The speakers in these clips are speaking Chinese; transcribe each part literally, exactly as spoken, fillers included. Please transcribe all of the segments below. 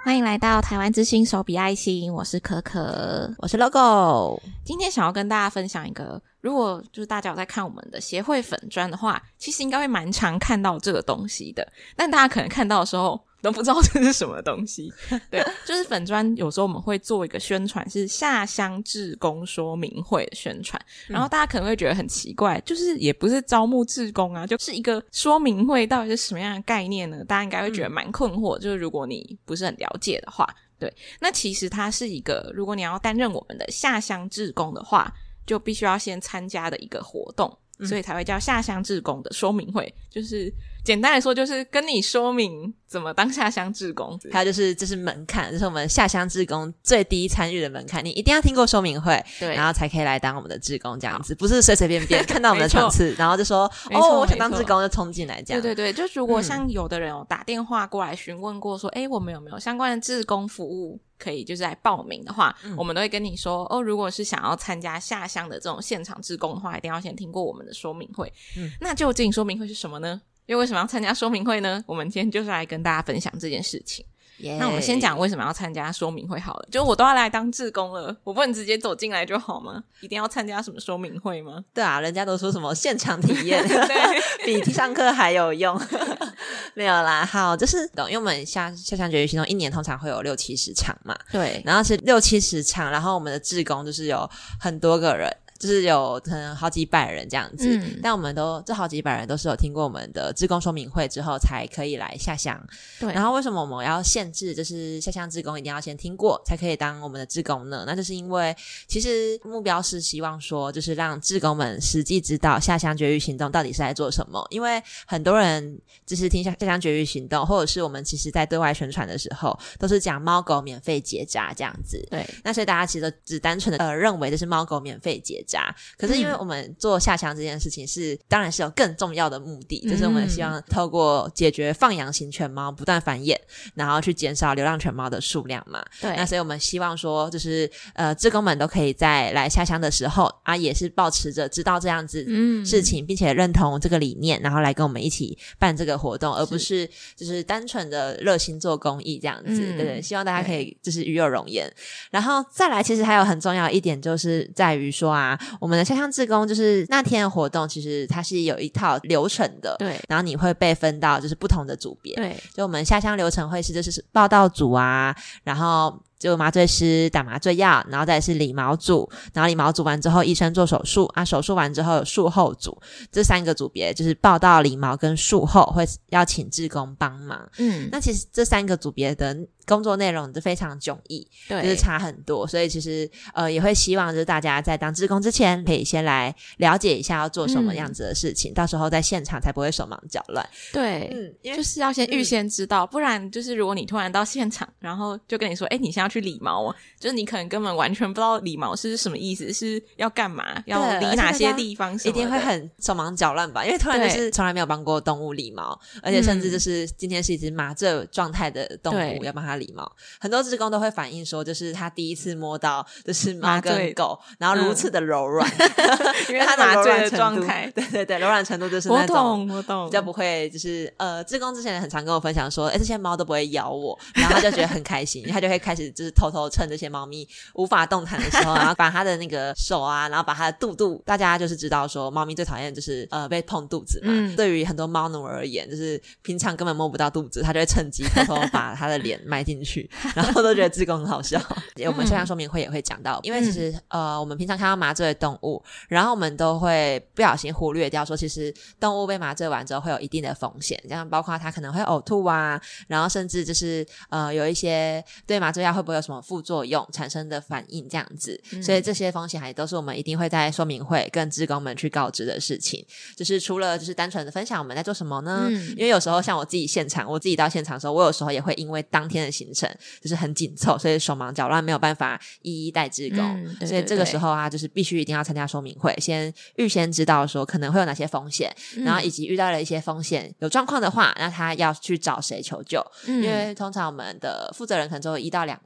欢迎来到台湾之星手笔爱心，我是可可， 我是 logo。 今天想要跟大家分享一个，如果就是大家有在看我们的协会粉专的话，其实应该会蛮常看到这个东西的，但大家可能看到的时候都不知道这是什么东西。对，就是粉专有时候我们会做一个宣传，是下乡志工说明会的宣传，然后大家可能会觉得很奇怪，就是也不是招募志工啊，就是一个说明会到底是什么样的概念呢？大家应该会觉得蛮困惑，就是如果你不是很了解的话。对，那其实它是一个，如果你要担任我们的下乡志工的话，就必须要先参加的一个活动，所以才会叫下乡志工的说明会。就是简单来说，就是跟你说明怎么当下乡志工。 还有就是这是门槛，这是我们下乡志工最低参与的门槛，你一定要听过说明会，对，然后才可以来当我们的志工，这样子不是随随便便看到我们的场次然后就说哦我想当志工就冲进来这样。 对对对，就如果像有的人有打电话过来询问过说诶、嗯、我们有没有相关的志工服务可以就是来报名的话、嗯、我们都会跟你说哦，如果是想要参加下乡的这种现场志工的话，一定要先听过我们的说明会、嗯、那究竟说明会是什么呢？因为为什么要参加说明会呢？我们今天就是来跟大家分享这件事情。Yeah. 那我们先讲为什么要参加说明会好了，就我都要来当志工了，我不能直接走进来就好吗？一定要参加什么说明会吗？ 对啊，人家都说什么现场体验对，比上课还有用没有啦，好，就是因为我们下下乡绝育行动一年通常会有六七十场嘛， 对， 然后是六七十场，然后我们的志工就是有很多个人，就是有可能好几百人这样子、嗯、但我们都这好几百人都是有听过我们的志工说明会之后才可以来下乡。对，然后为什么我们要限制就是下乡志工一定要先听过才可以当我们的志工呢？那就是因为其实目标是希望说就是让志工们实际知道下乡绝育行动到底是在做什么，因为很多人就是听下乡绝育行动或者是我们其实在对外宣传的时候都是讲猫狗免费结扎这样子，对，那所以大家其实都只单纯的呃认为这是猫狗免费结扎，可是因为我们做下乡这件事情是、嗯、当然是有更重要的目的，就是我们希望透过解决放养型犬猫不断繁衍，然后去减少流浪犬猫的数量嘛。对，那所以我们希望说就是呃志工们都可以在来下乡的时候啊，也是抱持着知道这样子事情、嗯、并且认同这个理念，然后来跟我们一起办这个活动，而不是就是单纯的热心做公益这样子、嗯、对对，希望大家可以就是与有荣焉。然后再来其实还有很重要的一点就是在于说啊，我们的下乡志工就是那天的活动其实它是有一套流程的，对，然后你会被分到就是不同的组别，对，就我们下乡流程会是就是报道组啊，然后就麻醉师打麻醉药，然后再来是理毛组，然后理毛组完之后医生做手术啊，手术完之后有术后组，这三个组别就是报道、理毛跟术后会要请志工帮忙。嗯，那其实这三个组别的工作内容都非常迥异，对，就是差很多，所以其实呃也会希望就是大家在当志工之前可以先来了解一下要做什么样子的事情、嗯、到时候在现场才不会手忙脚乱。 对，嗯，因为就是要先预先知道、嗯、不然就是如果你突然到现场然后就跟你说诶你现在要去理毛哦，就是你可能根本完全不知道理毛是什么意思，是要干嘛，要理哪些地方什么的， 一定会很手忙脚乱吧，因为突然就是从来没有帮过动物理毛，而且甚至就是今天是一只麻醉状态的动物要帮它理毛，很多志工都会反映说就是他第一次摸到就是猫跟狗然后如此的柔软、嗯、 因为它麻醉的状态， 对对对，柔软程度就是那种我懂我懂， 比较不会就是呃志工之前很常跟我分享说诶这些猫都不会咬我，然后他就觉得很开心他就会开始就是偷偷趁这些猫咪无法动弹的时候然后把他的那个手啊然后把他的肚肚，大家就是知道说猫咪最讨厌就是呃被碰肚子嘛、嗯、对于很多猫奴而言就是平常根本摸不到肚子，他就会趁机偷偷把他的脸埋进去然后都觉得志工很好笑我们下乡说明会也会讲到，因为其实、嗯、呃我们平常看到麻醉的动物，然后我们都会不小心忽略掉说其实动物被麻醉完之后会有一定的风险，这样包括它可能会呕吐啊，然后甚至就是呃有一些对麻醉药会不会有什么副作用产生的反应这样子、嗯、所以这些风险还都是我们一定会在说明会跟志工们去告知的事情，就是除了就是单纯的分享我们在做什么呢、嗯、因为有时候像我自己现场我自己到现场的时候，我有时候也会因为当天的行程就是很紧凑，所以手忙脚乱没有办法一一带志工、嗯、对对对，所以这个时候啊就是必须一定要参加说明会，先预先知道说可能会有哪些风险、嗯、然后以及遇到了一些风险有状况的话那他要去找谁求救、嗯、因为通常我们的负责人可能只有一到两位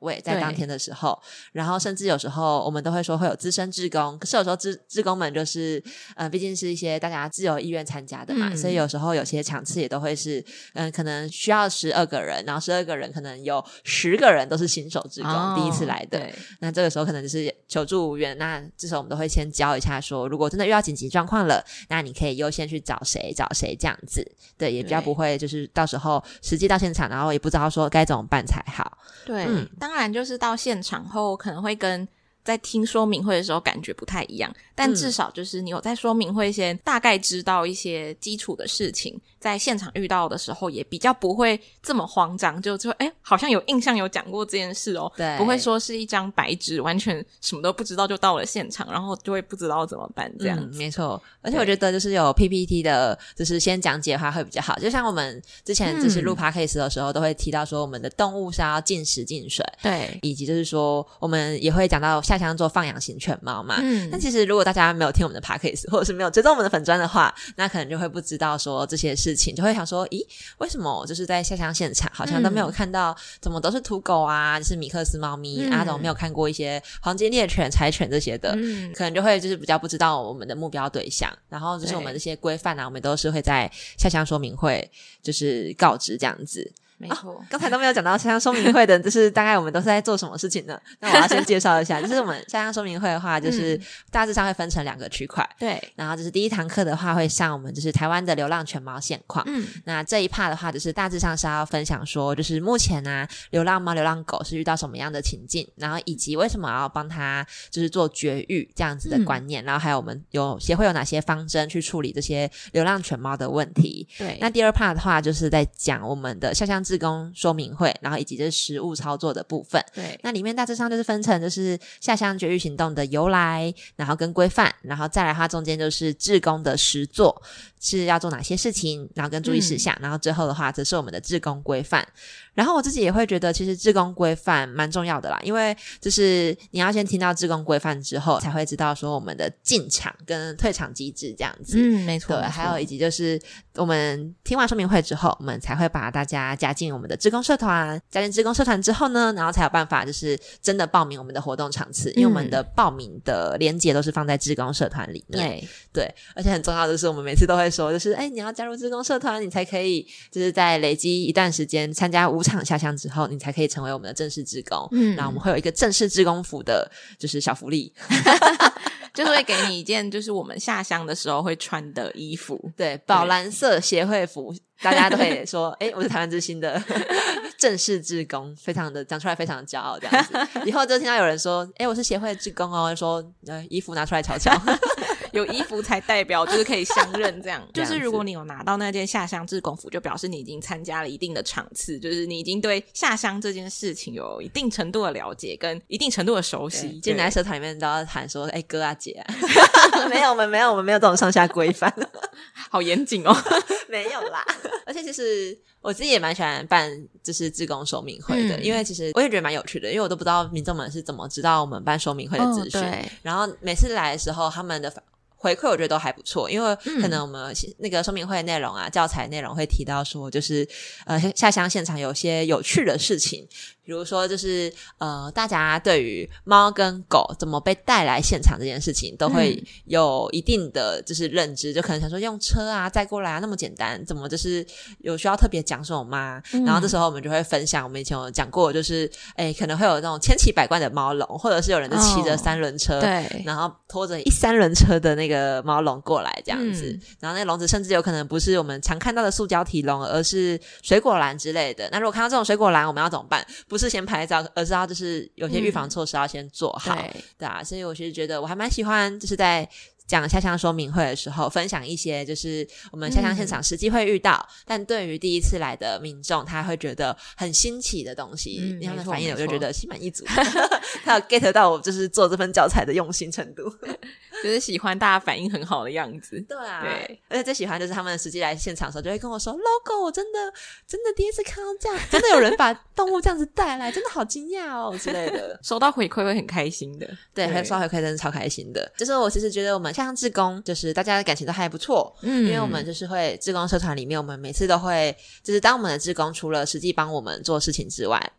位在当天的时候，然后甚至有时候我们都会说会有资深志工，可是有时候志志工们就是呃，毕竟是一些大家自由意愿参加的嘛、嗯、所以有时候有些场次也都会是嗯、呃，可能需要十二个人，然后十二个人可能有十个人都是新手志工、哦、第一次来的，那这个时候可能就是求助无援，那这时候我们都会先教一下说，如果真的遇到紧急状况了，那你可以优先去找谁找谁这样子，对，也比较不会就是到时候实际到现场然后也不知道说该怎么办才好。 对、嗯、当然就是到现场后可能会跟在听说明会的时候感觉不太一样，但至少就是你有在说明会先大概知道一些基础的事情，在现场遇到的时候也比较不会这么慌张，就就哎，好像有印象有讲过这件事哦， 对， 不会说是一张白纸完全什么都不知道就到了现场，然后就会不知道怎么办这样子、 嗯、没错。而且我觉得就是有 P P T 的就是先讲解的话会比较好，就像我们之前就是录 Podcast 的时候、嗯、都会提到说我们的动物是要禁食禁水， 对， 以及就是说我们也会讲到下乡做放养型犬猫嘛， 嗯， 但其实如果大家没有听我们的 Podcast 或者是没有追踪我们的粉专的话，那可能就会不知道说这些事情，就会想说咦，为什么就是在下乡现场好像都没有看到、嗯、怎么都是土狗啊，就是米克斯猫咪、嗯、啊，怎么没有看过一些黄金猎犬柴犬这些的、嗯、可能就会就是比较不知道我们的目标对象，然后就是我们这些规范啊，我们都是会在下乡说明会就是告知这样子。 没错、 哦、刚才都没有讲到下乡说明会的就是大概我们都是在做什么事情呢？那我要先介绍一下就是我们下乡说明会的话就是大致上会分成两个区块， 对， 然后就是第一堂课的话会上我们就是台湾的流浪犬猫现况，嗯，那这一 part 的话就是大致上是要分享说就是目前啊流浪猫流浪狗是遇到什么样的情境，然后以及为什么要帮它就是做绝育这样子的观念、嗯、然后还有我们有协会有哪些方针去处理这些流浪犬猫的问题。 对， 那第二 part 的话就是在讲我们的下乡志工说明会，然后以及就是实务操作的部分。 对， 那里面大致上就是分成就是下乡绝育行动的由来，然后跟规范，然后再来它中间就是志工的实作是要做哪些事情，然后跟注意事项、嗯、然后最后的话则是我们的志工规范。然后我自己也会觉得其实志工规范蛮重要的啦，因为就是你要先听到志工规范之后才会知道说我们的进场跟退场机制这样子。 嗯，没错。 对，还有以及就是我们听完说明会之后，我们才会把大家加进我们的志工社团，加进志工社团之后呢，然后才有办法就是真的报名我们的活动场次、嗯、因为我们的报名的连结都是放在志工社团里面。 对对，而且很重要的是我们每次都会说就是哎，你要加入志工社团你才可以就是在累积一段时间参加五场下乡之后你才可以成为我们的正式志工。嗯，然后我们会有一个正式志工服的就是小福利就是会给你一件就是我们下乡的时候会穿的衣服， 对，宝蓝色协会服，大家都可以说诶我是台湾之星的正式志工，非常的讲出来非常的骄傲这样子以后就听到有人说诶我是协会的志工哦，就说、呃、衣服拿出来瞧瞧有衣服才代表就是可以相认这样就是如果你有拿到那件下乡志工服就表示你已经参加了一定的场次，就是你已经对下乡这件事情有一定程度的了解跟一定程度的熟悉， 进来社团里面都要喊说诶哥啊姐啊没有我们没有我们没有这种上下规范好严谨哦没有啦而且其实我自己也蛮喜欢办就是志工说明会的、嗯、因为其实我也觉得蛮有趣的，因为我都不知道民众们是怎么知道我们办说明会的资讯、哦、然后每次来的时候他们的回馈我觉得都还不错，因为可能我们那个说明会内容啊、嗯、教材内容会提到说就是呃下乡现场有些有趣的事情，比如说就是呃大家对于猫跟狗怎么被带来现场这件事情都会有一定的就是认知、嗯、就可能想说用车啊载过来啊那么简单，怎么就是有需要特别讲什么吗、嗯、然后这时候我们就会分享我们以前有讲过就是诶可能会有那种千奇百怪的猫笼，或者是有人就骑着三轮车、哦、对，然后拖着一三轮车的那个猫笼过来这样子、嗯、然后那笼子甚至有可能不是我们常看到的塑胶提笼，而是水果篮之类的。那如果看到这种水果篮我们要怎么办？不是先拍照，而是要就是有些预防措施要先做好、嗯、对, 对啊，所以我其实觉得我还蛮喜欢就是在讲下乡说明会的时候分享一些就是我们下乡现场实际会遇到、嗯、但对于第一次来的民众他会觉得很新奇的东西、嗯、他们反应我就觉得心满意足他有 get 到我就是做这份教材的用心程度就是喜欢大家反应很好的样子。 对啊，对，而且最喜欢就是他们实际来现场的时候就会跟我说 logo 我真的真的第一次看到这样，真的有人把动物这样子带来真的好惊讶哦之类的收到回馈会很开心的。 对，收到回馈真的超开心的。就是我其实觉得我们下乡志工就是大家的感情都还不错，嗯，因为我们就是会志工社团里面我们每次都会就是当我们的志工除了实际帮我们做事情之外，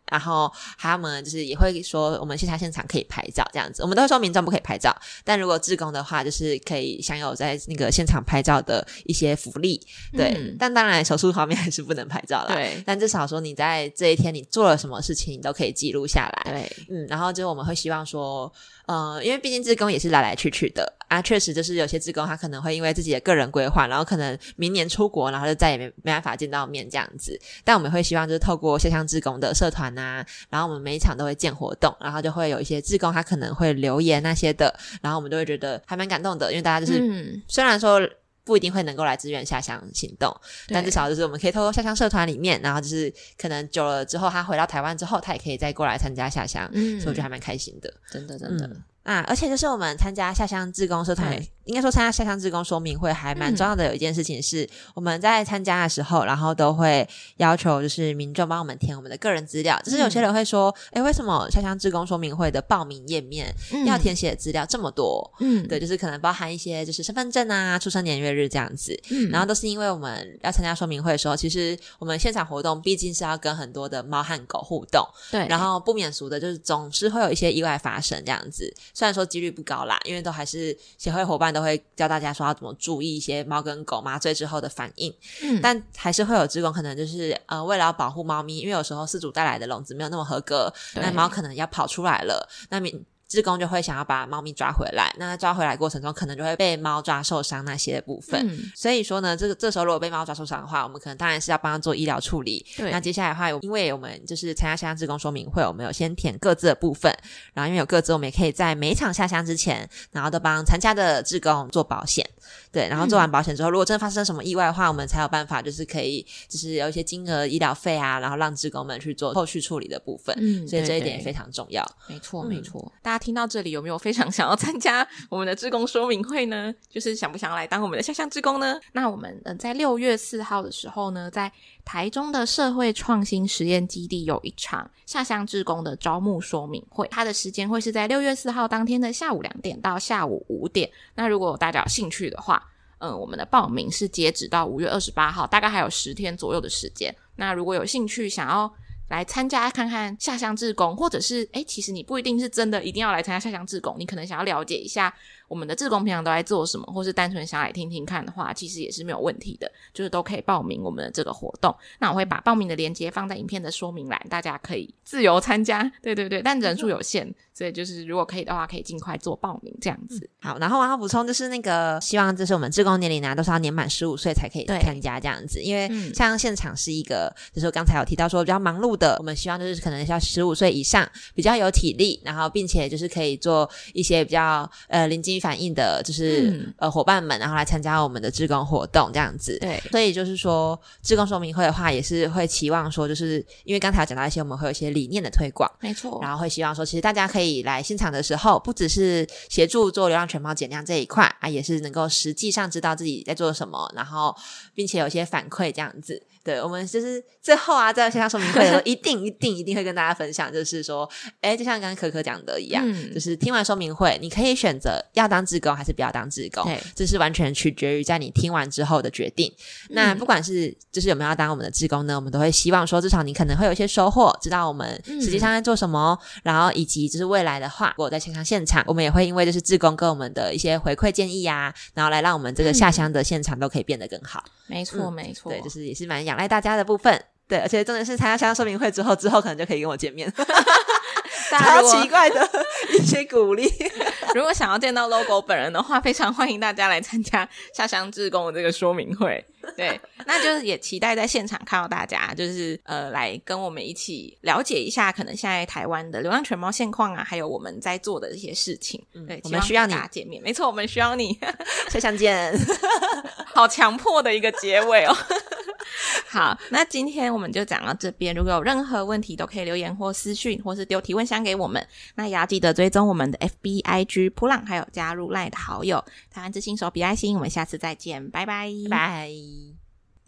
然后他们就是也会说我们线下现场可以拍照这样子，我们都会说民众不可以拍照，但如果志工的话就是可以享有在那个现场拍照的一些福利，对、嗯、但当然手术方面还是不能拍照啦， 对， 但至少说你在这一天你做了什么事情你都可以记录下来， 对， 嗯，然后就我们会希望说呃，因为毕竟志工也是来来去去的啊，确实就是有些志工他可能会因为自己的个人规划，然后可能明年出国，然后就再也没没办法见到面这样子，但我们会希望就是透过下乡志工的社团啊，然后我们每一场都会建活动，然后就会有一些志工他可能会留言那些的，然后我们都会觉得还蛮感动的，因为大家就是、嗯、虽然说不一定会能够来支援下乡行动，但至少就是我们可以透过下乡社团里面，然后就是可能久了之后他回到台湾之后他也可以再过来参加下乡、嗯、所以我觉得还蛮开心的， 真的真的、嗯啊，而且就是我们参加下乡志工社团，应该说参加下乡志工说明会还蛮重要的有一件事情是、嗯、我们在参加的时候，然后都会要求就是民众帮我们填我们的个人资料，就是有些人会说诶、嗯、为什么下乡志工说明会的报名页面要填写的资料这么多，嗯，对，就是可能包含一些就是身份证啊、出生年月日这样子，嗯，然后都是因为我们要参加说明会的时候，其实我们现场活动毕竟是要跟很多的猫和狗互动， 对， 然后不免俗的就是总是会有一些意外发生这样子，虽然说几率不高啦，因为都还是协会伙伴都会教大家说要怎么注意一些猫跟狗麻醉之后的反应，嗯，但还是会有志工可能就是呃为了要保护猫咪，因为有时候饲主带来的笼子没有那么合格，那猫可能要跑出来了，那民志工就会想要把猫咪抓回来，那抓回来过程中可能就会被猫抓受伤那些的部分、嗯、所以说呢这个这时候如果被猫抓受伤的话，我们可能当然是要帮他做医疗处理，对，那接下来的话因为我们就是参加下乡志工说明会，我们有先填各自的部分，然后因为有各自我们也可以在每一场下乡之前然后都帮参加的志工做保险，对，然后做完保险之后、嗯、如果真的发生什么意外的话，我们才有办法就是可以就是有一些金额医疗费啊，然后让志工们去做后续处理的部分，嗯，所以这一点也非常重要， 没错没错、嗯、大家听到这里有没有非常想要参加我们的志工说明会呢？就是想不想要来当我们的下乡志工呢？那我们、呃、在六月四号的时候呢，在台中的社会创新实验基地有一场下乡志工的招募说明会，它的时间会是在六月四号当天的下午两点到下午五点，那如果大家有兴趣的话嗯，我们的报名是截止到五月二十八号，大概还有十天左右的时间，那如果有兴趣想要来参加看看下乡志工，或者是诶其实你不一定是真的一定要来参加下乡志工，你可能想要了解一下我们的志工平常都在做什么，或是单纯想来听听看的话，其实也是没有问题的，就是都可以报名我们的这个活动。那我会把报名的链接放在影片的说明栏，大家可以自由参加，对对对，但人数有限，所以就是如果可以的话可以尽快做报名这样子、 嗯、好，然后我要补充就是那个希望这是我们志工年龄啊都是要年满十五岁才可以参加这样子，因为像现场是一个、嗯、就是我刚才有提到说比较忙碌的，我们希望就是可能要十五岁以上比较有体力，然后并且就是可以做一些比较呃临机反应的就是、嗯、呃伙伴们，然后来参加我们的志工活动这样子，对，所以就是说志工说明会的话也是会期望说就是因为刚才有讲到一些我们会有一些理念的推广， 没错， 然后会希望说其实大家可以来现场的时候不只是协助做流浪犬猫减量这一块啊，也是能够实际上知道自己在做什么，然后并且有一些反馈这样子，对，我们就是最后啊在线上说明会的时候一定一定一定会跟大家分享，就是说诶就像刚刚可可讲的一样、嗯、就是听完说明会你可以选择要当志工还是不要当志工，这是完全取决于在你听完之后的决定、嗯、那不管是就是有没有要当我们的志工呢，我们都会希望说至少你可能会有一些收获，知道我们实际上在做什么、嗯、然后以及就是未来的话如果在线上现场我们也会因为就是志工跟我们的一些回馈建议啊，然后来让我们这个下乡的现场都可以变得更好、嗯、 没错、嗯、没错， 对，就是也是蛮仰赖大家的部分，对，而且重点是参加下乡说明会之后之后可能就可以跟我见面超奇怪的一些鼓励如果想要见到 logo 本人的话，非常欢迎大家来参加下乡志工的这个说明会，对，那就是也期待在现场看到大家就是呃来跟我们一起了解一下可能现在台湾的流浪犬猫现况啊，还有我们在做的一些事情、嗯、对， 我们需要你， 大家见面，没错，我们需要你下乡见好强迫的一个结尾哦好，那今天我们就讲到这边，如果有任何问题都可以留言或私讯或是丢提问箱给我们，那也要记得追踪我们的 F B I G 噗浪，还有加入 LINE 的好友台湾之星手比爱心，我们下次再见，拜拜拜拜。